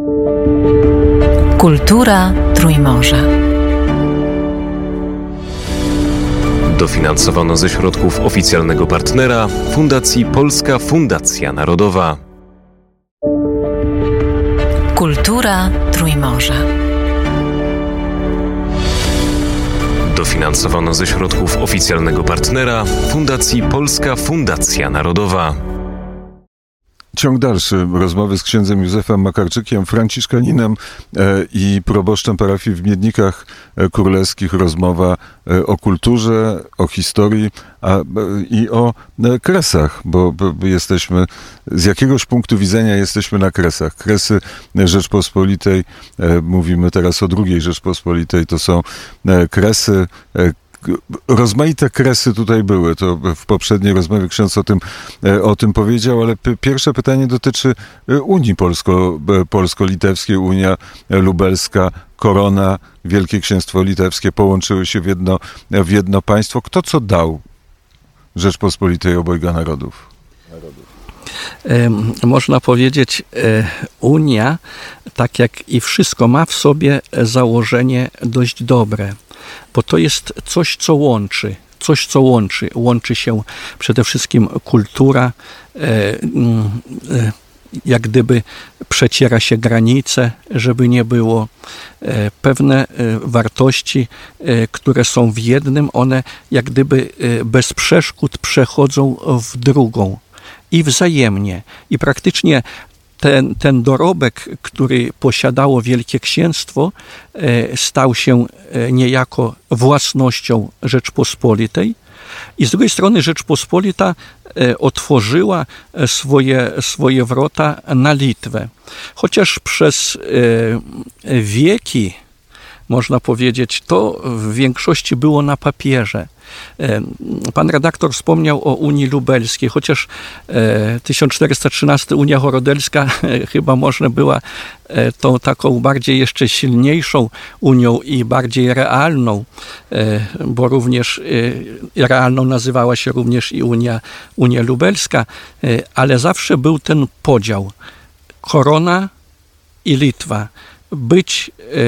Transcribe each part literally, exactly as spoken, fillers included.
Kultura Trójmorza. Dofinansowano ze środków oficjalnego partnera Fundacji Polska Fundacja Narodowa. Kultura Trójmorza. Dofinansowano ze środków oficjalnego partnera Fundacji Polska Fundacja Narodowa. Ciąg dalszy rozmowy z księdzem Józefem Makarczykiem, franciszkaninem i proboszczem parafii w Miednikach Królewskich. Rozmowa o kulturze, o historii a, i o Kresach, bo jesteśmy, z jakiegoś punktu widzenia jesteśmy na Kresach. Kresy Rzeczpospolitej, mówimy teraz o drugiej Rzeczpospolitej, to są Kresy. Rozmaite kresy tutaj były, to w poprzedniej rozmowie ksiądz o tym, o tym powiedział, ale p- pierwsze pytanie dotyczy Unii Polsko, Polsko-Litewskiej, Unia Lubelska, Korona, Wielkie Księstwo Litewskie połączyły się w jedno, w jedno państwo. Kto co dał Rzeczpospolitej obojga narodów? Można powiedzieć, Unia, tak jak i wszystko, ma w sobie założenie dość dobre, bo to jest coś, co łączy, coś, co łączy. Łączy się przede wszystkim kultura, jak gdyby przeciera się granice, żeby nie było. Pewne wartości, które są w jednym, one jak gdyby bez przeszkód przechodzą w drugą. I wzajemnie. I praktycznie ten, ten dorobek, który posiadało Wielkie Księstwo, stał się niejako własnością Rzeczpospolitej. I z drugiej strony Rzeczpospolita otworzyła swoje, swoje wrota na Litwę. Chociaż przez wieki, można powiedzieć, to w większości było na papierze. Pan redaktor wspomniał o Unii Lubelskiej, chociaż tysiąc czterysta trzynaście Unia Horodelska chyba można była tą taką bardziej jeszcze silniejszą Unią i bardziej realną, bo również realną nazywała się również i Unia, Unia Lubelska, ale zawsze był ten podział. Korona i Litwa. Być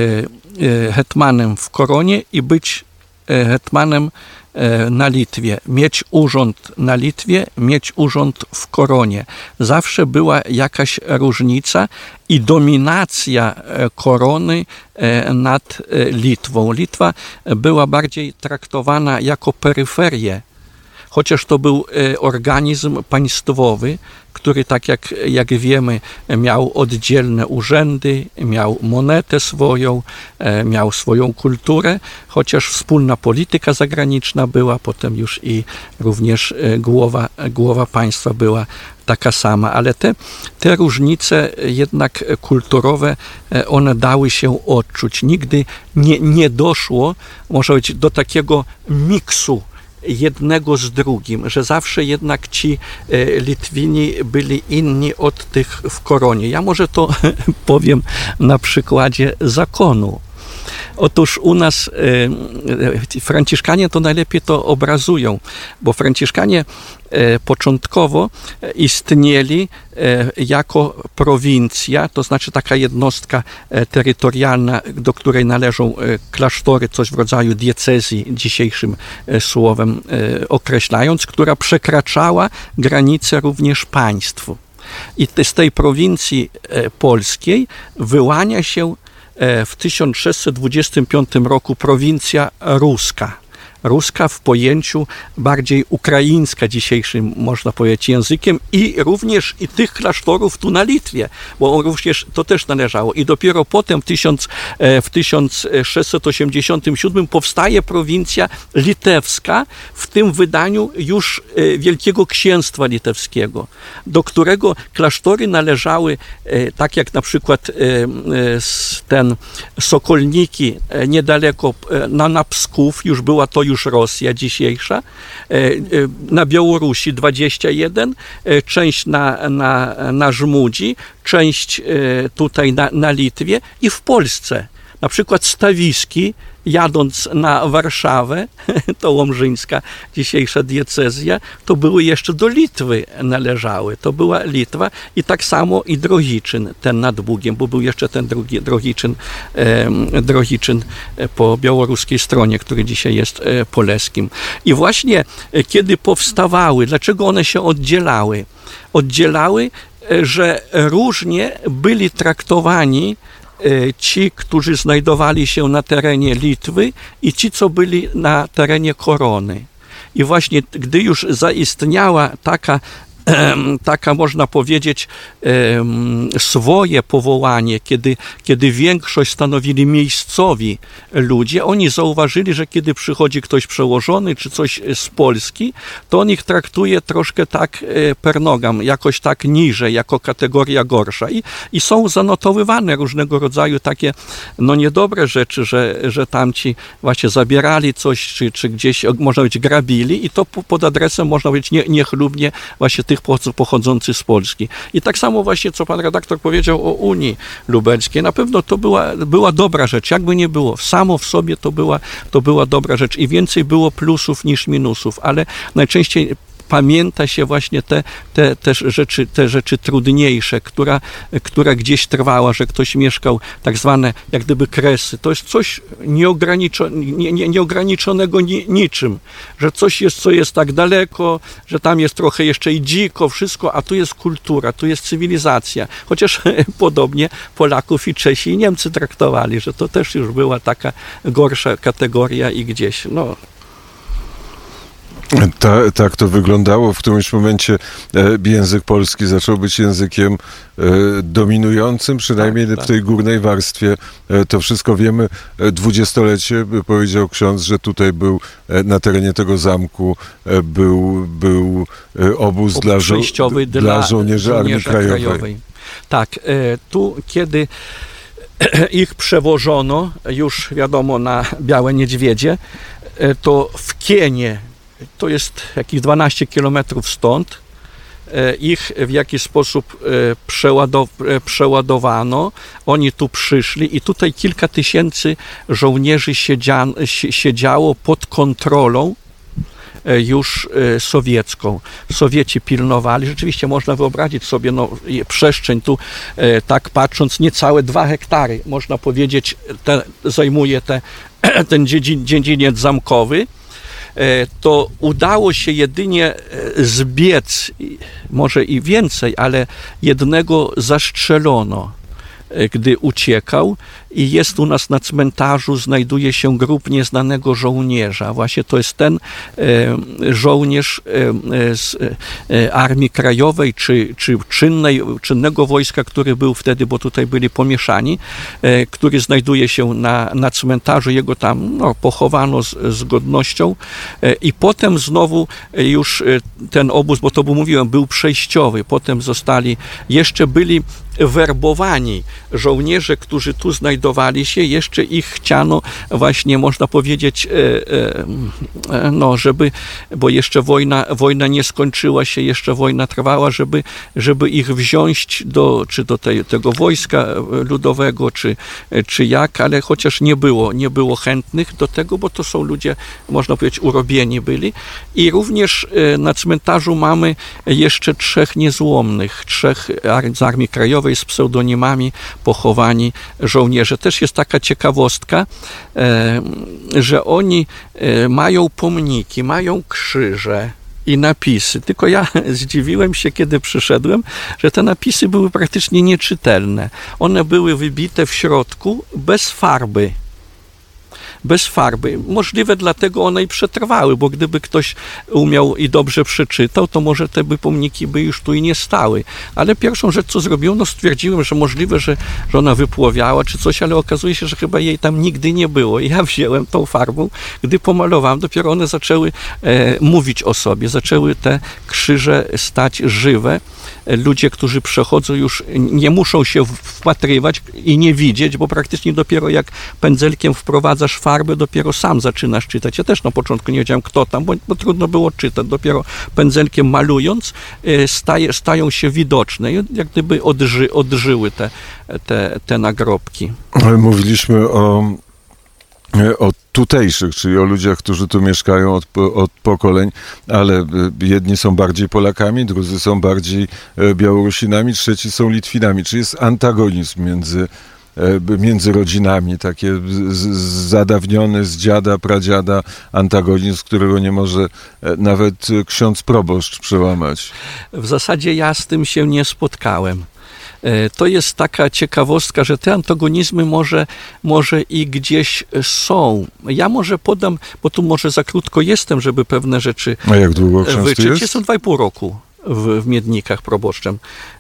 hetmanem w Koronie i być hetmanem na Litwie. Mieć urząd na Litwie, mieć urząd w Koronie. Zawsze była jakaś różnica i dominacja korony nad Litwą. Litwa była bardziej traktowana jako peryferię, chociaż to był organizm państwowy, który, tak jak, jak wiemy, miał oddzielne urzędy, miał monetę swoją, miał swoją kulturę, chociaż wspólna polityka zagraniczna była, potem już i również głowa, głowa państwa była taka sama, ale te, te różnice jednak kulturowe, one dały się odczuć. Nigdy nie, nie doszło, może być, do takiego miksu jednego z drugim, że zawsze jednak ci Litwini byli inni od tych w Koronie. Ja może to powiem na przykładzie zakonu. Otóż u nas e, Franciszkanie to najlepiej to obrazują, bo Franciszkanie e, początkowo istnieli e, jako prowincja, to znaczy taka jednostka e, terytorialna, do której należą e, klasztory, coś w rodzaju diecezji, dzisiejszym e, słowem e, określając, która przekraczała granice również państwu. I z tej prowincji e, polskiej wyłania się w tysiąc sześćset dwudziestym piątym roku prowincja ruska. Ruska w pojęciu bardziej ukraińska dzisiejszym, można powiedzieć, językiem i również i tych klasztorów tu na Litwie, bo również to też należało. I dopiero potem w, tysiąc, w tysiąc sześćset osiemdziesiątym siódmym powstaje prowincja litewska, w tym wydaniu już Wielkiego Księstwa Litewskiego, do którego klasztory należały, tak jak na przykład ten Sokolniki niedaleko na, na Psków, już była to już Rosja dzisiejsza, na Białorusi dwadzieścia jeden, część na, na, na Żmudzi, część tutaj na, na Litwie i w Polsce. na przykład stawiski, jadąc na Warszawę, to łomżyńska dzisiejsza diecezja, to były jeszcze do Litwy należały. To była Litwa i tak samo i Drohiczyn, ten nad Bugiem, bo był jeszcze ten drugi Drohiczyn, e, Drohiczyn po białoruskiej stronie, który dzisiaj jest e, polskim. I właśnie e, kiedy powstawały, dlaczego one się oddzielały? Oddzielały, e, że różnie byli traktowani ci, którzy znajdowali się na terenie Litwy i ci, co byli na terenie Korony. I właśnie gdy już zaistniała taka taka, można powiedzieć, swoje powołanie, kiedy, kiedy większość stanowili miejscowi ludzie, oni zauważyli, że kiedy przychodzi ktoś przełożony, czy coś z Polski, to on ich traktuje troszkę tak per nogam, jakoś tak niżej, jako kategoria gorsza. I, i są zanotowywane różnego rodzaju takie, no niedobre rzeczy, że, że tamci właśnie zabierali coś, czy, czy gdzieś, można powiedzieć, grabili i to pod adresem, można powiedzieć, nie, niechlubnie właśnie tych pochodzących z Polski. I tak samo właśnie, co pan redaktor powiedział o Unii Lubelskiej, na pewno to była, była dobra rzecz, jakby nie było. Samo w sobie to była, to była dobra rzecz i więcej było plusów niż minusów, ale najczęściej pamięta się właśnie te, te, te, rzeczy, te rzeczy trudniejsze, która, która gdzieś trwała, że ktoś mieszkał, tak zwane jak gdyby kresy. To jest coś nieograniczo, nie, nie, nieograniczonego ni, niczym, że coś jest, co jest tak daleko, że tam jest trochę jeszcze i dziko, wszystko, a tu jest kultura, tu jest cywilizacja. Chociaż podobnie Polaków i Czesi i Niemcy traktowali, że to też już była taka gorsza kategoria i gdzieś, no... Ta, tak to wyglądało. W którymś momencie e, język polski zaczął być językiem e, dominującym, przynajmniej tak, tak. w tej górnej warstwie. E, to wszystko wiemy. E, dwudziestolecie, powiedział ksiądz, że tutaj był e, na terenie tego zamku e, był, był e, obóz dla, żo- dla, dla żołnierzy Armii Krajowej. Krajowej. Tak, e, tu kiedy ich przewożono już wiadomo na Białe Niedźwiedzie, e, to w Kienie, to jest jakieś dwanaście kilometrów stąd, ich w jakiś sposób przeładow- przeładowano, oni tu przyszli i tutaj kilka tysięcy żołnierzy siedzia- siedziało pod kontrolą już sowiecką. Sowieci pilnowali, rzeczywiście można wyobrazić sobie no, przestrzeń tu, tak patrząc, niecałe dwa hektary, można powiedzieć, te, zajmuje te, ten dziedzin, dziedziniec zamkowy. To udało się jedynie zbiec, może i więcej, ale jednego zastrzelono, gdy uciekał i jest u nas na cmentarzu, znajduje się grób nieznanego żołnierza. Właśnie to jest ten e, żołnierz e, z e, Armii Krajowej, czy, czy czynnej, czynnego wojska, który był wtedy, bo tutaj byli pomieszani, e, który znajduje się na, na cmentarzu. Jego tam no, pochowano z, z godnością e, i potem znowu już ten obóz, bo to był, mówiłem, był przejściowy. Potem zostali, jeszcze byli werbowani żołnierze, którzy tu znajdowali się, jeszcze ich chciano właśnie, można powiedzieć, e, e, no, żeby, bo jeszcze wojna, wojna nie skończyła się, jeszcze wojna trwała, żeby, żeby ich wziąć do, czy do tej, tego wojska ludowego, czy, czy jak, ale chociaż nie było, nie było chętnych do tego, bo to są ludzie, można powiedzieć, urobieni byli. I również na cmentarzu mamy jeszcze trzech niezłomnych, trzech z Armii Krajowej z pseudonimami pochowani żołnierze. Też jest taka ciekawostka, że oni mają pomniki, mają krzyże i napisy. Tylko ja zdziwiłem się, kiedy przyszedłem, że te napisy były praktycznie nieczytelne. One były wybite w środku bez farby. Bez farby. Możliwe dlatego one i przetrwały, bo gdyby ktoś umiał i dobrze przeczytał, to może te by pomniki by już tu i nie stały. Ale pierwszą rzecz, co zrobiłem, no stwierdziłem, że możliwe, że, że ona wypłowiała czy coś, ale okazuje się, że chyba jej tam nigdy nie było. I ja wziąłem tą farbą, gdy pomalowałem, dopiero one zaczęły e, mówić o sobie, zaczęły te krzyże stać żywe. ludzie, którzy przechodzą, już nie muszą się wpatrywać i nie widzieć, bo praktycznie dopiero jak pędzelkiem wprowadzasz farbę, dopiero sam zaczynasz czytać. Ja też na początku nie wiedziałem, kto tam, bo, bo trudno było czytać. Dopiero pędzelkiem malując staje, stają się widoczne i jak gdyby odży, odżyły te, te, te nagrobki. Mówiliśmy o o tutejszych, czyli o ludziach, którzy tu mieszkają od, od pokoleń, ale jedni są bardziej Polakami, drudzy są bardziej Białorusinami, trzeci są Litwinami. Czy jest antagonizm między, między rodzinami, takie z, z, zadawniony z dziada, pradziada antagonizm, którego nie może nawet ksiądz proboszcz przełamać? W zasadzie ja z tym się nie spotkałem. To jest taka ciekawostka, że te antagonizmy może, może i gdzieś są. Ja może podam, bo tu może za krótko jestem, żeby pewne rzeczy A jak długo ksiądz wyczyć. jest? Jestem dwa i pół roku w, w Miednikach proboszczem.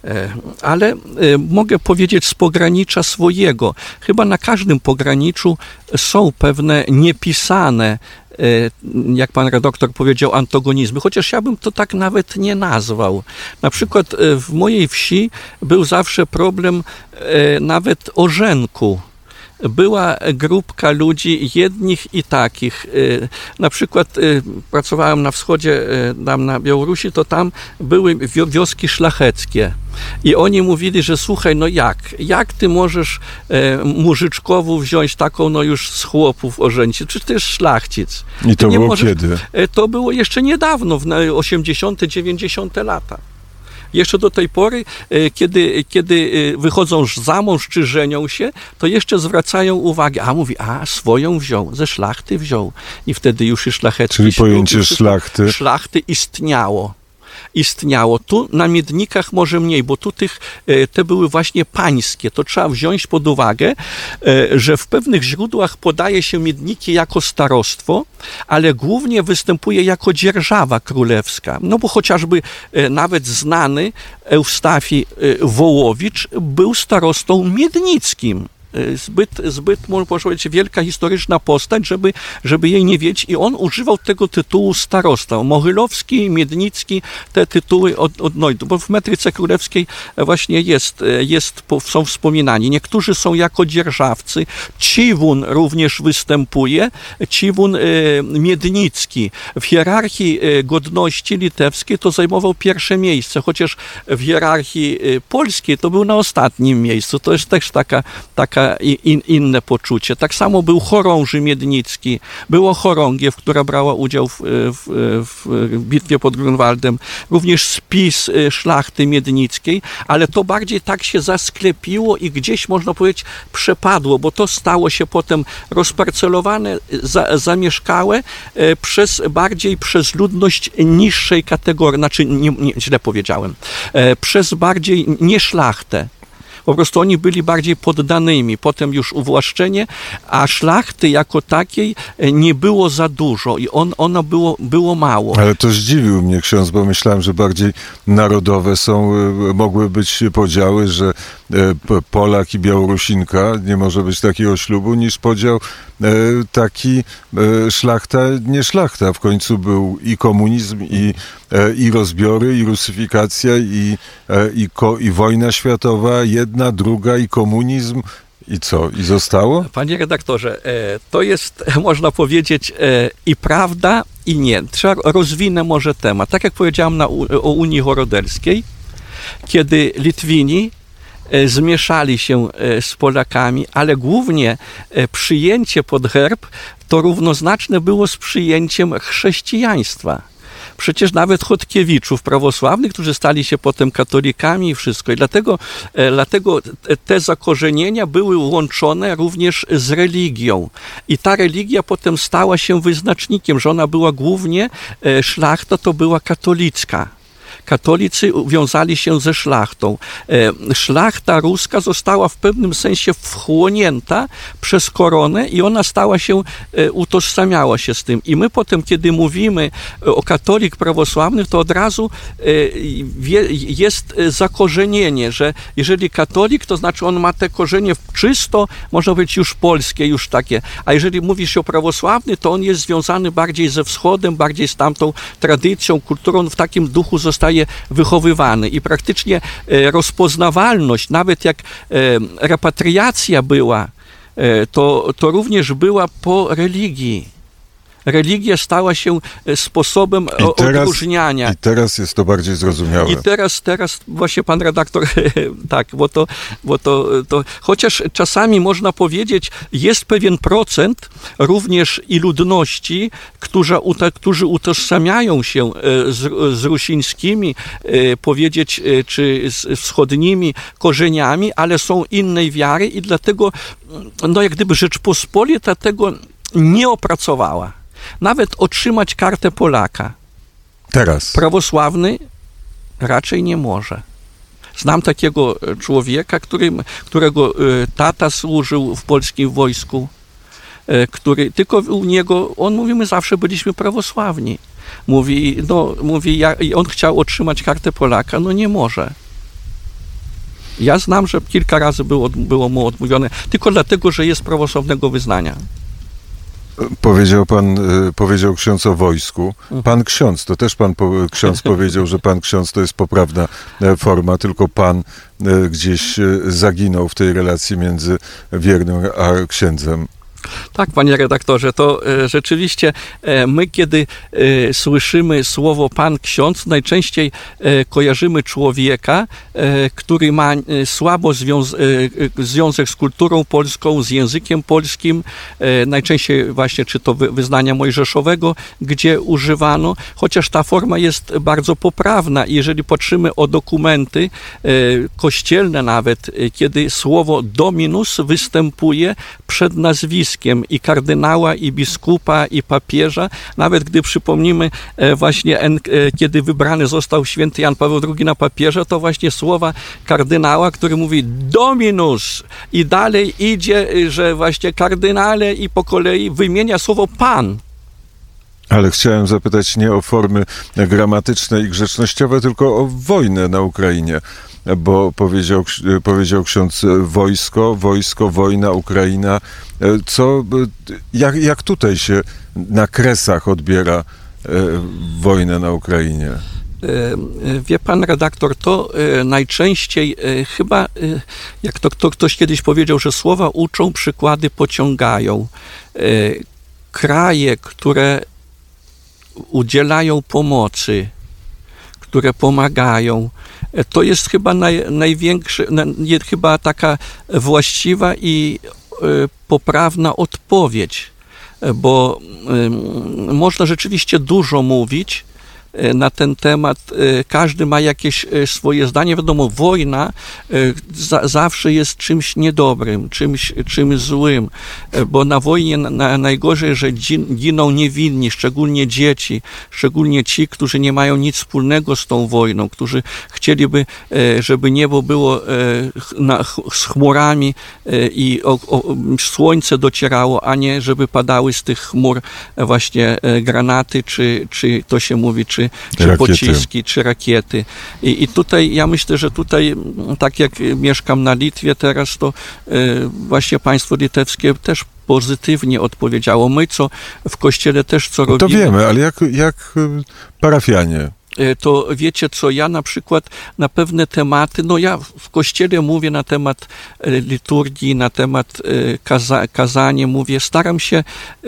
Ale mogę powiedzieć z pogranicza swojego. Chyba na każdym pograniczu są pewne niepisane, jak pan redaktor powiedział, antagonizmy, chociaż ja bym to tak nawet nie nazwał. Na przykład w mojej wsi był zawsze problem nawet orzenku. Była grupka ludzi, jednych i takich. Na przykład pracowałem na wschodzie, tam na Białorusi, to tam były wioski szlacheckie. I oni mówili, że słuchaj, no jak? Jak ty możesz e, mużyczkową wziąć taką, no już z chłopów ożenić? Czy to jest szlachcic? I to nie było możesz, kiedy? E, to było jeszcze niedawno, w osiemdziesiąte, dziewięćdziesiąte lata. Jeszcze do tej pory, kiedy, kiedy wychodzą za mąż czy żenią się, to jeszcze zwracają uwagę. A mówi, a swoją wziął, ze szlachty wziął. I wtedy już i szlachecki Czyli ślub, pojęcie już szlachty. Szlachty istniało. Istniało. Tu na Miednikach może mniej, bo tu tych, te były właśnie pańskie. To trzeba wziąć pod uwagę, że w pewnych źródłach podaje się Miedniki jako starostwo, ale głównie występuje jako dzierżawa królewska. No bo chociażby nawet znany Eustafii Wołowicz był starostą miednickim. Zbyt, zbyt, można powiedzieć, wielka historyczna postać, żeby, żeby jej nie wiedzieć, i on używał tego tytułu starosta. Mochylowski, Miednicki, te tytuły od, odnajdą, bo w metryce królewskiej właśnie jest, jest, są wspominani. Niektórzy są jako dzierżawcy. Ciwun również występuje, Ciwun e, Miednicki. W hierarchii godności litewskiej to zajmował pierwsze miejsce, chociaż w hierarchii polskiej to był na ostatnim miejscu. To jest też taka, taka I, in, inne poczucie. Tak samo był chorąży Miednicki, było chorągiew, która brała udział w, w, w bitwie pod Grunwaldem, również spis szlachty miednickiej, ale to bardziej tak się zasklepiło i gdzieś, można powiedzieć, przepadło, bo to stało się potem rozparcelowane, za, zamieszkałe e, przez bardziej przez ludność niższej kategorii, znaczy nie, nie, źle powiedziałem, e, przez bardziej nie szlachtę. Po prostu oni byli bardziej poddanymi, potem już uwłaszczenie, a szlachty jako takiej nie było za dużo i on, ono było, było mało. Ale to zdziwił mnie ksiądz, bo myślałem, że bardziej narodowe są, mogły być podziały, że Polak i Białorusinka, nie może być takiego ślubu, niż podział taki szlachta, nie szlachta. W końcu był i komunizm, i, i rozbiory, i rusyfikacja, i, i, ko, i wojna światowa, jedna, druga, i komunizm. I co? I zostało? Panie redaktorze, to jest, można powiedzieć, i prawda, i nie. Trzeba rozwinę może temat. Tak jak powiedziałem na, o Unii Horodelskiej, kiedy Litwini zmieszali się z Polakami, ale głównie przyjęcie pod herb to równoznaczne było z przyjęciem chrześcijaństwa. Przecież nawet Chodkiewiczów prawosławnych, którzy stali się potem katolikami i wszystko. I dlatego, dlatego te zakorzenienia były łączone również z religią. I ta religia potem stała się wyznacznikiem, że ona była głównie, szlachta to była katolicka. Katolicy wiązali się ze szlachtą. Szlachta ruska została w pewnym sensie wchłonięta przez koronę i ona stała się, utożsamiała się z tym. I my potem, kiedy mówimy o katolik prawosławnych, to od razu jest zakorzenienie, że jeżeli katolik, to znaczy on ma te korzenie czysto, można powiedzieć, już polskie, już takie. A jeżeli mówi się o prawosławny, to on jest związany bardziej ze wschodem, bardziej z tamtą tradycją, kulturą, w takim duchu zostaje zostaje wychowywany i praktycznie rozpoznawalność, nawet jak repatriacja była, to, to również była po religii. Religia stała się sposobem I teraz, odróżniania. I teraz jest to bardziej zrozumiałe. I teraz, teraz właśnie pan redaktor, tak, bo to, bo to, to, chociaż czasami można powiedzieć, jest pewien procent również i ludności, którzy, którzy utożsamiają się z, z rusińskimi, powiedzieć, czy z wschodnimi korzeniami, ale są innej wiary i dlatego, no jak gdyby Rzeczpospolita tego nie opracowała. Nawet otrzymać kartę Polaka. Teraz. Prawosławny raczej nie może. Znam takiego człowieka, który, którego tata służył w polskim wojsku, który, tylko u niego, on mówi, my zawsze byliśmy prawosławni. Mówi, no, mówi ja, i on chciał otrzymać kartę Polaka, no nie może. Ja znam, że kilka razy było, było mu odmówione, tylko dlatego, że jest prawosławnego wyznania. Powiedział pan, powiedział ksiądz o wojsku. Pan ksiądz, to też pan po, ksiądz powiedział, że pan ksiądz to jest poprawna forma, tylko pan gdzieś zaginął w tej relacji między wiernym a księdzem. Tak, panie redaktorze, to e, rzeczywiście e, my, kiedy e, słyszymy słowo pan ksiądz, najczęściej e, kojarzymy człowieka, e, który ma e, słabo związ- e, związek z kulturą polską, z językiem polskim, e, najczęściej właśnie czy to wy- wyznania mojżeszowego, gdzie używano, chociaż ta forma jest bardzo poprawna. Jeżeli patrzymy o dokumenty e, kościelne nawet, e, kiedy słowo dominus występuje przed nazwiskiem i kardynała, i biskupa, i papieża, nawet gdy przypomnimy właśnie, kiedy wybrany został święty Jan Paweł drugi na papieża, to właśnie słowa kardynała, który mówi dominus i dalej idzie, że właśnie kardynale i po kolei wymienia słowo pan. Ale chciałem zapytać nie o formy gramatyczne i grzecznościowe, tylko o wojnę na Ukrainie. Bo powiedział, powiedział ksiądz wojsko, wojsko, wojna, Ukraina. Co, jak, jak tutaj się na Kresach odbiera wojnę na Ukrainie? Wie pan redaktor, to najczęściej chyba, jak to, to ktoś kiedyś powiedział, że słowa uczą, przykłady pociągają. Kraje, które udzielają pomocy, które pomagają, to jest chyba naj, największy, naj, chyba taka właściwa i y, poprawna odpowiedź, bo y, można rzeczywiście dużo mówić na ten temat. Każdy ma jakieś swoje zdanie. Wiadomo, wojna za, zawsze jest czymś niedobrym, czymś, czymś złym, bo na wojnie na, najgorzej, że giną niewinni, szczególnie dzieci, szczególnie ci, którzy nie mają nic wspólnego z tą wojną, którzy chcieliby, żeby niebo było na, z chmurami i o, o, słońce docierało, a nie żeby padały z tych chmur właśnie granaty, czy, czy to się mówi, czy czy rakiety. Pociski, czy rakiety. I, I tutaj, ja myślę, że tutaj, tak jak mieszkam na Litwie teraz, to y, właśnie państwo litewskie też pozytywnie odpowiedziało. My, co w kościele też co no to robimy. To wiemy, ale jak, jak parafianie? To wiecie co, ja na przykład na pewne tematy, no ja w kościele mówię na temat liturgii, na temat kaza- kazania mówię, staram się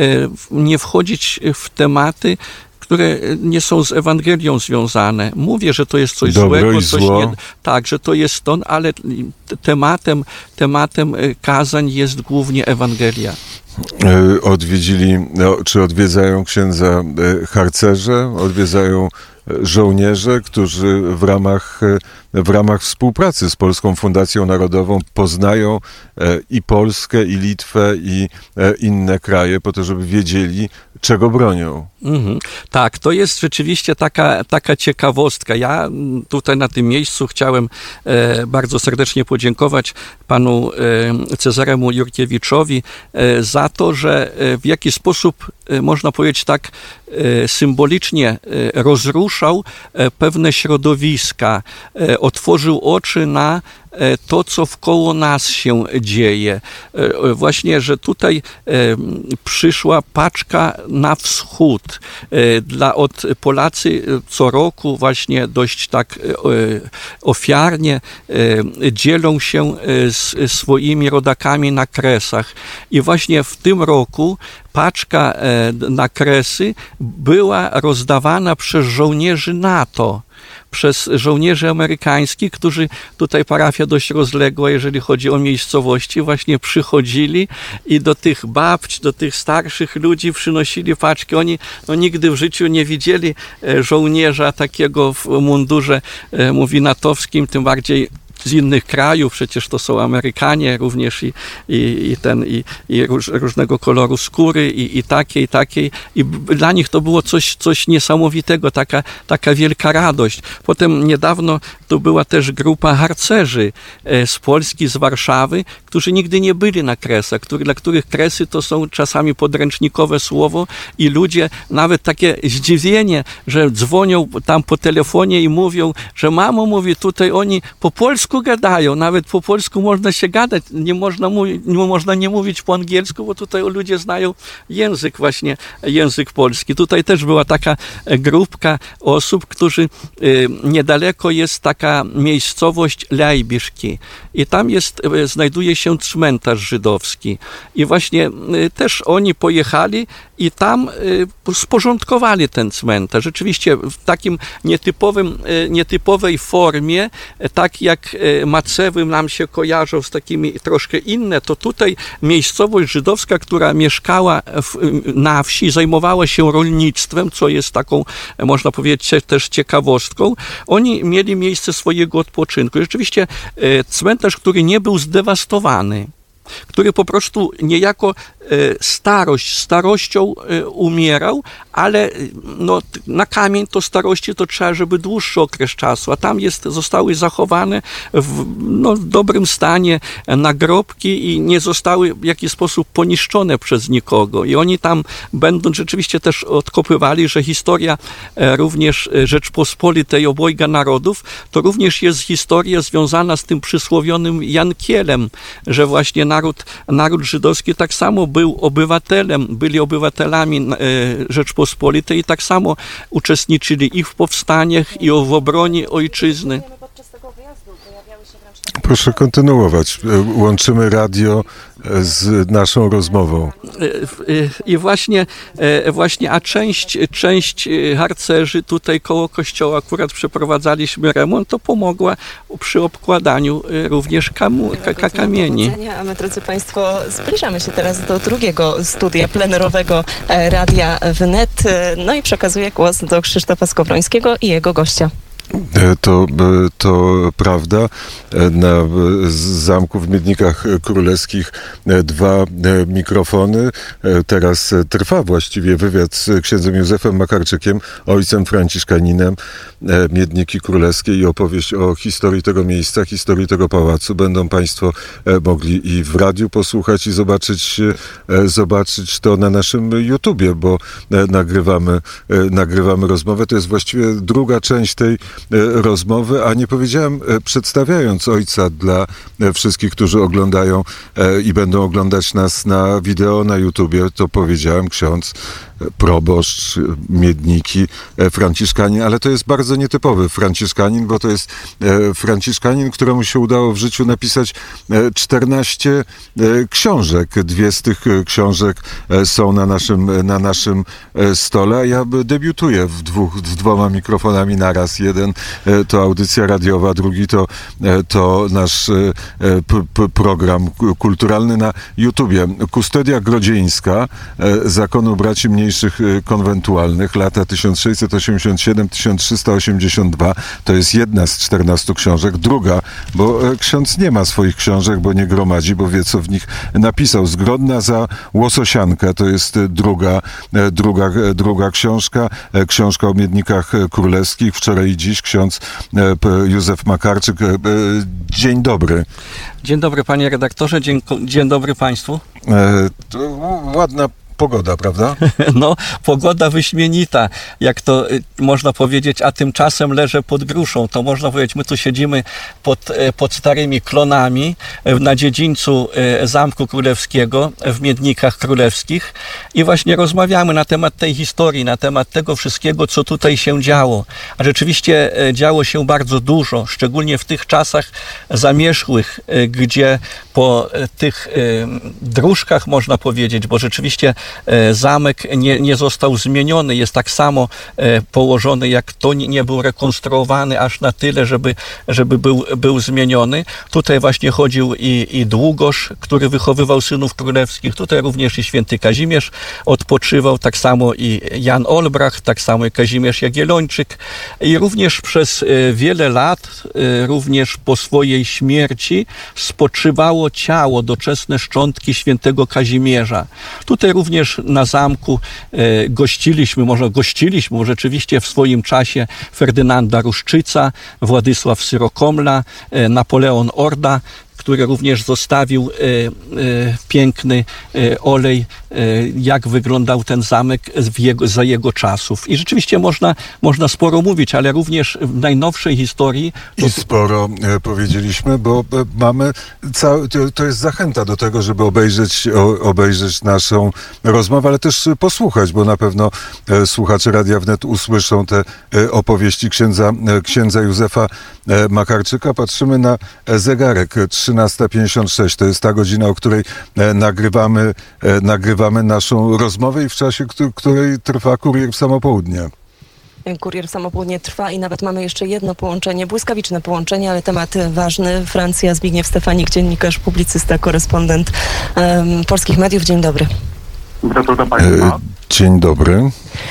nie wchodzić w tematy, które nie są z Ewangelią związane. Mówię, że to jest coś Dobro złego, i coś zło. nie, tak, że to jest to, ale tematem, tematem kazań jest głównie Ewangelia. Odwiedzili, czy odwiedzają księdza harcerze, odwiedzają żołnierze, którzy w ramach, w ramach współpracy z Polską Fundacją Narodową poznają i Polskę, i Litwę, i inne kraje, po to, żeby wiedzieli, czego bronią. Mhm. Tak, to jest rzeczywiście taka, taka ciekawostka. Ja tutaj na tym miejscu chciałem e, bardzo serdecznie podziękować panu e, Cezaremu Jurkiewiczowi e, za to, że e, w jaki sposób, e, można powiedzieć tak, e, symbolicznie e, rozruszał e, pewne środowiska, e, otworzył oczy na to, co wkoło nas się dzieje. Właśnie, że tutaj przyszła paczka na wschód. Dla, od Polacy co roku właśnie dość tak ofiarnie dzielą się z swoimi rodakami na kresach. I właśnie w tym roku paczka na kresy była rozdawana przez żołnierzy NATO, przez żołnierzy amerykańskich, którzy, tutaj parafia dość rozległa, jeżeli chodzi o miejscowości, właśnie przychodzili i do tych babć, do tych starszych ludzi przynosili paczki. Oni no, nigdy w życiu nie widzieli żołnierza takiego w mundurze, mówi, natowskim, tym bardziej z innych krajów, przecież to są Amerykanie również i, i, i, ten, i, i róż, różnego koloru skóry i, i takiej, i takiej. I dla nich to było coś, coś niesamowitego, taka, taka wielka radość. Potem niedawno to była też grupa harcerzy z Polski, z Warszawy, którzy nigdy nie byli na kresach, który, dla których kresy to są czasami podręcznikowe słowo i ludzie, nawet takie zdziwienie, że dzwonią tam po telefonie i mówią, że mamo, mówi, tutaj oni po polsku gadają, nawet po polsku można się gadać, nie można, mówi, nie można nie mówić po angielsku, bo tutaj ludzie znają język właśnie, język polski. Tutaj też była taka grupka osób, którzy niedaleko jest taka miejscowość Lejbiszki i tam jest, znajduje się cmentarz żydowski i właśnie też oni pojechali i tam sporządkowali ten cmentarz. Rzeczywiście w takim nietypowym, nietypowej formie, tak jak Macewy nam się kojarzą z takimi troszkę inne, to tutaj miejscowość żydowska, która mieszkała w, na wsi, zajmowała się rolnictwem, co jest taką, można powiedzieć, też ciekawostką. Oni mieli miejsce swojego odpoczynku. Rzeczywiście cmentarz, który nie był zdewastowany, który po prostu niejako starość, starością umierał, ale no, na kamień to starości to trzeba, żeby dłuższy okres czasu, a tam jest, zostały zachowane w no, dobrym stanie nagrobki i nie zostały w jakiś sposób poniszczone przez nikogo. I oni tam, będąc, rzeczywiście też odkopywali, że historia również Rzeczpospolitej, obojga narodów, to również jest historia związana z tym przysłowionym Jankielem, że właśnie naród, naród żydowski tak samo był obywatelem, byli obywatelami Rzeczpospolitej i tak samo uczestniczyli i w powstaniach, i w obronie ojczyzny. Proszę kontynuować. Łączymy radio z naszą rozmową. I właśnie, właśnie a część, część harcerzy tutaj koło kościoła, akurat przeprowadzaliśmy remont, to pomogła przy obkładaniu również kamu, ka, kamieni. A my, drodzy Państwo, zbliżamy się teraz do drugiego studia plenerowego Radia Wnet. No i przekazuję głos do Krzysztofa Skowrońskiego i jego gościa. To, to prawda. Na zamku w Miednikach Królewskich dwa mikrofony. Teraz trwa właściwie wywiad z księdzem Józefem Makarczykiem, ojcem franciszkaninem Miedniki Królewskie i opowieść o historii tego miejsca, historii tego pałacu. Będą Państwo mogli i w radiu posłuchać i zobaczyć, zobaczyć to na naszym YouTubie, bo nagrywamy, nagrywamy rozmowę. To jest właściwie druga część tej rozmowy, a nie powiedziałem, przedstawiając ojca dla wszystkich, którzy oglądają i będą oglądać nas na wideo na YouTubie, to powiedziałem ksiądz, proboszcz, Miedniki, franciszkanin, ale to jest bardzo nietypowy franciszkanin, bo to jest franciszkanin, któremu się udało w życiu napisać czternaście książek. Dwie z tych książek są na naszym, na naszym stole, a ja debiutuję w dwóch, z dwoma mikrofonami naraz. Jeden to audycja radiowa, drugi to, to nasz p- p- program kulturalny na YouTubie. Kustodia Grodzieńska, Zakonu Braci Mniejszych Konwentualnych, lata tysiąc sześćset osiemdziesiąt siedem do tysiąc trzysta osiemdziesiąt dwa, to jest jedna z czternastu książek. Druga, bo ksiądz nie ma swoich książek, bo nie gromadzi, bo wie, co w nich napisał. Zgrodna za Łososiankę, to jest druga, druga, druga książka. Książka o Miednikach Królewskich, wczoraj i dziś, ksiądz Józef Makarczyk. Dzień dobry. Dzień dobry, panie redaktorze, dzień, dzień dobry państwu. To ładna pogoda, prawda? No, pogoda wyśmienita, jak to y, można powiedzieć, a tymczasem leżę pod gruszą. To można powiedzieć, my tu siedzimy pod, y, pod starymi klonami y, na dziedzińcu y, Zamku Królewskiego w Miednikach Królewskich i właśnie rozmawiamy na temat tej historii, na temat tego wszystkiego, co tutaj się działo. A rzeczywiście y, działo się bardzo dużo, szczególnie w tych czasach zamierzchłych, y, gdzie po y, tych y, dróżkach, można powiedzieć, bo rzeczywiście zamek nie, nie został zmieniony, jest tak samo położony, jak to nie był rekonstruowany aż na tyle, żeby, żeby był, był zmieniony. Tutaj właśnie chodził i, i Długosz, który wychowywał synów królewskich, tutaj również i święty Kazimierz odpoczywał, tak samo i Jan Olbracht, tak samo i Kazimierz Jagiellończyk i również przez wiele lat, również po swojej śmierci spoczywało ciało, doczesne szczątki świętego Kazimierza. Tutaj również na zamku e, gościliśmy, może gościliśmy, bo rzeczywiście w swoim czasie Ferdynanda Ruszczyca, Władysław Syrokomla, e, Napoleon Orda, który również zostawił e, e, piękny e, olej, e, jak wyglądał ten zamek w jego, za jego czasów. I rzeczywiście można, można sporo mówić, ale również w najnowszej historii... To... I sporo e, powiedzieliśmy, bo e, mamy... Cały, to, to jest zachęta do tego, żeby obejrzeć, o, obejrzeć naszą rozmowę, ale też posłuchać, bo na pewno e, słuchacze Radia Wnet usłyszą te e, opowieści księdza, e, księdza Józefa e, Makarczyka. Patrzymy na e, zegarek. trzynasta pięćdziesiąt sześć to jest ta godzina, o której e, nagrywamy, e, nagrywamy naszą rozmowę i w czasie, który, której trwa Kurier w samo południe. Kurier w samo południe trwa i nawet mamy jeszcze jedno połączenie, błyskawiczne połączenie, ale temat ważny. Francja, Zbigniew Stefanik, dziennikarz, publicysta, korespondent um, Polskich Mediów. Dzień dobry. E, dzień dobry.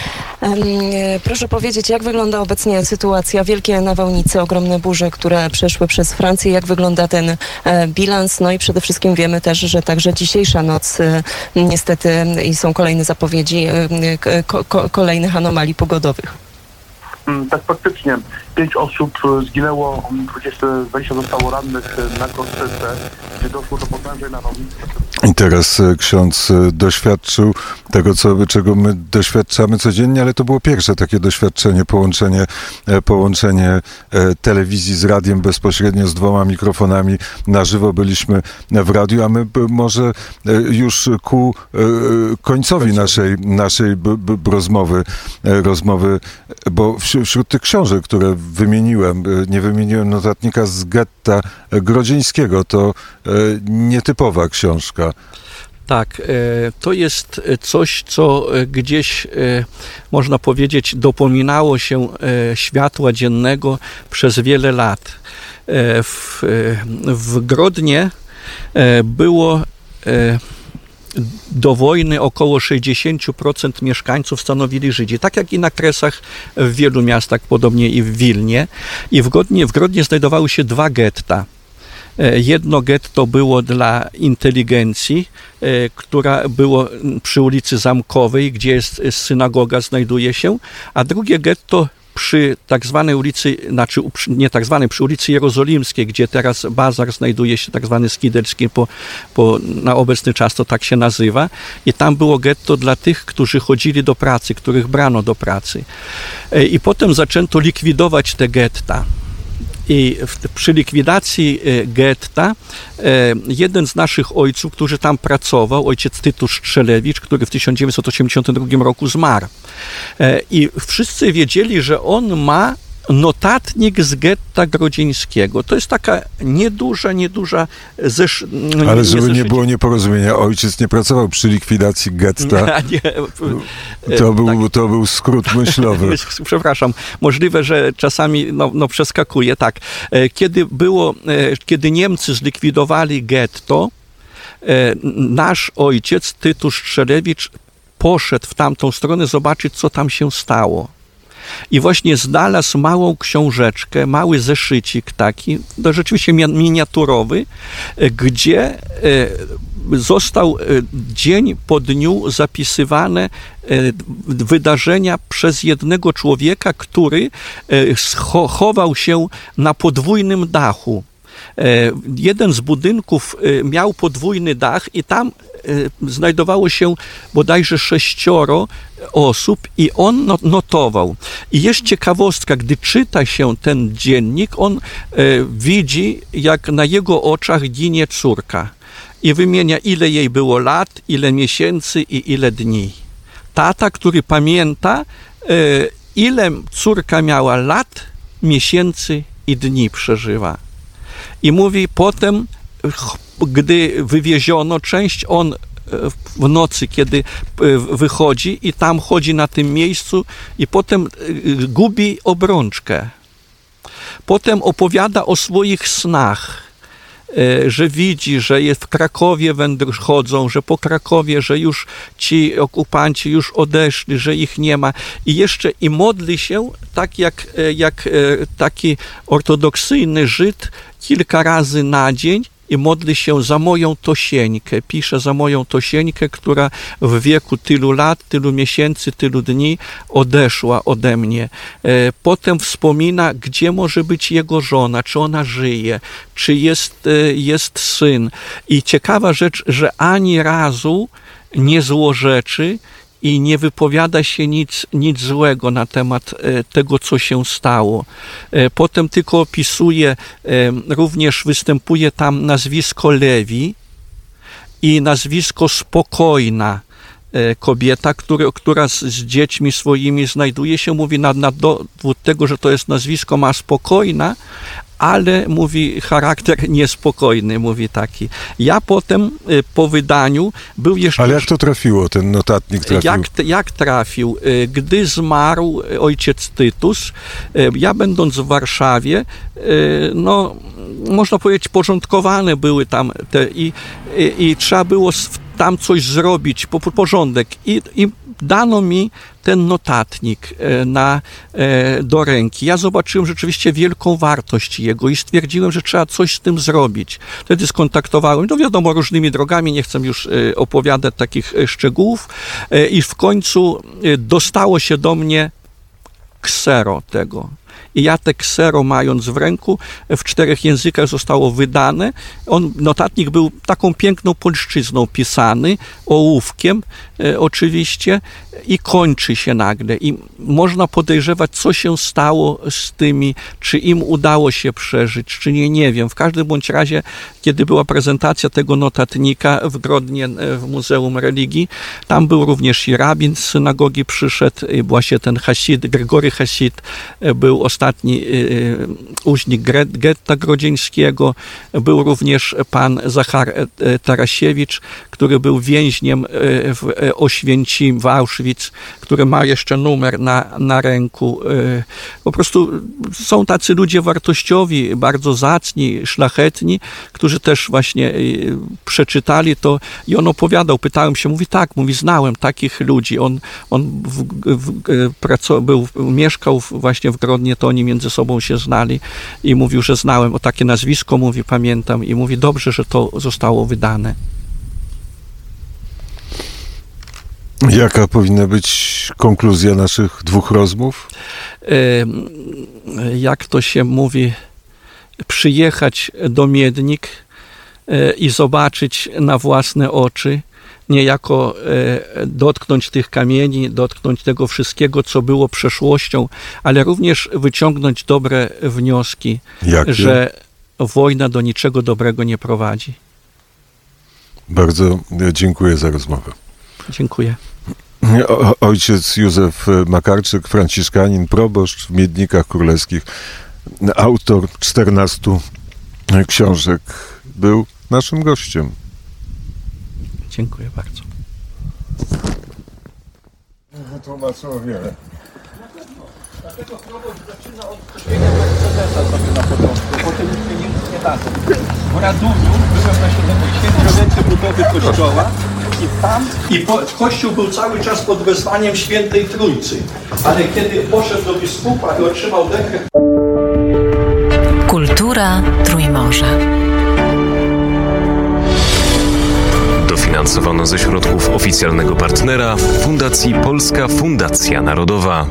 Proszę powiedzieć, jak wygląda obecnie sytuacja, wielkie nawałnice, ogromne burze, które przeszły przez Francję, jak wygląda ten bilans, no i przede wszystkim wiemy też, że także dzisiejsza noc niestety i są kolejne zapowiedzi ko- ko- kolejnych anomalii pogodowych. Tak, faktycznie. Pięć osób zginęło, dwadzieścia zostało rannych na Korsyce, gdzie doszło do potężnej nawałnicy. I teraz ksiądz doświadczył tego, co, czego my doświadczamy codziennie, ale to było pierwsze takie doświadczenie, połączenie, połączenie telewizji z radiem bezpośrednio z dwoma mikrofonami. Na żywo byliśmy w radiu, a my może już ku końcowi naszej, naszej b, b, rozmowy, rozmowy, bo wśród tych książek, które wymieniłem, nie wymieniłem notatnika z getta grodzieńskiego, to nietypowa książka. Tak, to jest coś, co gdzieś, można powiedzieć, dopominało się światła dziennego przez wiele lat. W, w Grodnie było do wojny około sześćdziesiąt procent mieszkańców stanowili Żydzi, tak jak i na Kresach w wielu miastach, podobnie i w Wilnie. I w Grodnie, w Grodnie znajdowały się dwa getta. Jedno getto było dla inteligencji, która było przy ulicy Zamkowej, gdzie jest synagoga, znajduje się, a drugie getto przy tak zwanej ulicy, znaczy nie tak zwanej, przy ulicy Jerozolimskiej, gdzie teraz bazar znajduje się, tak zwany Skiderski, po, po, na obecny czas to tak się nazywa. I tam było getto dla tych, którzy chodzili do pracy, których brano do pracy. I potem zaczęto likwidować te getta. I w, przy likwidacji e, getta e, jeden z naszych ojców, który tam pracował, ojciec Tytus Strzelewicz, który w tysiąc dziewięćset osiemdziesiątym drugim roku zmarł. E, I wszyscy wiedzieli, że on ma notatnik z getta grodzieńskiego. To jest taka nieduża, nieduża zesz... No, ale żeby nie, nie było nieporozumienia, ojciec nie pracował przy likwidacji getta. Nie, to, był, tak. to był skrót myślowy. Przepraszam. Możliwe, że czasami no, no, przeskakuje. Tak. Kiedy było, kiedy Niemcy zlikwidowali getto, nasz ojciec, Tytus Strzelewicz, poszedł w tamtą stronę zobaczyć, co tam się stało. I właśnie znalazł małą książeczkę, mały zeszycik taki, to rzeczywiście miniaturowy, gdzie został dzień po dniu zapisywane wydarzenia przez jednego człowieka, który chował się na podwójnym dachu. Jeden z budynków miał podwójny dach i tam znajdowało się bodajże sześcioro osób i on notował. I jest ciekawostka, gdy czyta się ten dziennik, on widzi, jak na jego oczach ginie córka i wymienia, ile jej było lat, ile miesięcy i ile dni. Tata, który pamięta, ile córka miała lat, miesięcy i dni przeżywa. I mówi, potem, gdy wywieziono część, on w nocy, kiedy wychodzi i tam chodzi na tym miejscu i potem gubi obrączkę. Potem opowiada o swoich snach, że widzi, że jest w Krakowie wędr chodzą, że po Krakowie, że już ci okupanci już odeszli, że ich nie ma. I jeszcze i modli się, tak jak, jak taki ortodoksyjny Żyd, kilka razy na dzień, i modli się za moją Tosieńkę. Pisze za moją Tosieńkę, która w wieku tylu lat, tylu miesięcy, tylu dni odeszła ode mnie. Potem wspomina, gdzie może być jego żona, czy ona żyje, czy jest, jest syn. I ciekawa rzecz, że ani razu nie złorzeczy i nie wypowiada się nic, nic złego na temat tego, co się stało. Potem tylko opisuje, również występuje tam nazwisko Lewi i nazwisko Spokojna, kobieta, który, która z, z dziećmi swoimi znajduje się, mówi na, na dowód tego, że to jest nazwisko, ma Spokojna, ale mówi charakter niespokojny, mówi taki. Ja potem po wydaniu był jeszcze... Ale jak to trafiło, ten notatnik trafił? Jak, jak trafił? Gdy zmarł ojciec Tytus, ja będąc w Warszawie, no można powiedzieć, porządkowane były tam te i, i, i trzeba było tam coś zrobić, po, porządek i, i dano mi ten notatnik na, do ręki. Ja zobaczyłem rzeczywiście wielką wartość jego i stwierdziłem, że trzeba coś z tym zrobić. Wtedy skontaktowałem, no wiadomo, różnymi drogami, nie chcę już opowiadać takich szczegółów, i w końcu dostało się do mnie ksero tego. I ja te ksero mając w ręku, w czterech językach zostało wydane. On, notatnik był taką piękną polszczyzną pisany, ołówkiem e, oczywiście, i kończy się nagle. I można podejrzewać, co się stało z tymi, czy im udało się przeżyć, czy nie, nie wiem. W każdym bądź razie, kiedy była prezentacja tego notatnika w Grodnie, w Muzeum Religii, tam był również i rabin z synagogi przyszedł, i właśnie ten Hasid, Gregory Hasid, był ostatni uźnik getta grodzieńskiego, był również pan Zachar Tarasiewicz, który był więźniem w Oświęcim, w Auschwitz, który ma jeszcze numer na, na ręku. Po prostu są tacy ludzie wartościowi, bardzo zacni, szlachetni, którzy też właśnie przeczytali to i on opowiadał, pytałem się, mówi tak, mówi, znałem takich ludzi. On, on w, w, praco, był, mieszkał właśnie w Grodnie, to oni między sobą się znali i mówił, że znałem, o takie nazwisko, mówi, pamiętam, i mówi, dobrze, że to zostało wydane. Jaka powinna być konkluzja naszych dwóch rozmów? Jak to się mówi, przyjechać do Miednik i zobaczyć na własne oczy, niejako dotknąć tych kamieni, dotknąć tego wszystkiego, co było przeszłością, ale również wyciągnąć dobre wnioski, Jakie? Że wojna do niczego dobrego nie prowadzi. Bardzo dziękuję za rozmowę. Dziękuję. O, ojciec Józef Makarczyk, franciszkanin, proboszcz w Miednikach Królewskich, autor czternastu książek, był naszym gościem. Dziękuję bardzo. Wytłumaczyło wiele. Dlatego proboszcz zaczyna od krzyżenia Mercedesa sobie na początku, potem już mnie nic nie dadzą. W Radomiu byłem na świętej budowy kościoła i tam i po, kościół był cały czas pod wezwaniem Świętej Trójcy, ale kiedy poszedł do biskupa i otrzymał dekret... Kultura Trójmorza. Dofinansowano ze środków oficjalnego partnera Fundacji Polska Fundacja Narodowa.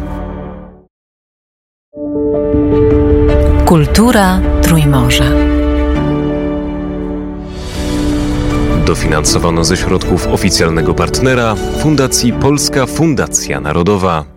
Kultura Trójmorza. Dofinansowano ze środków oficjalnego partnera Fundacji Polska Fundacja Narodowa.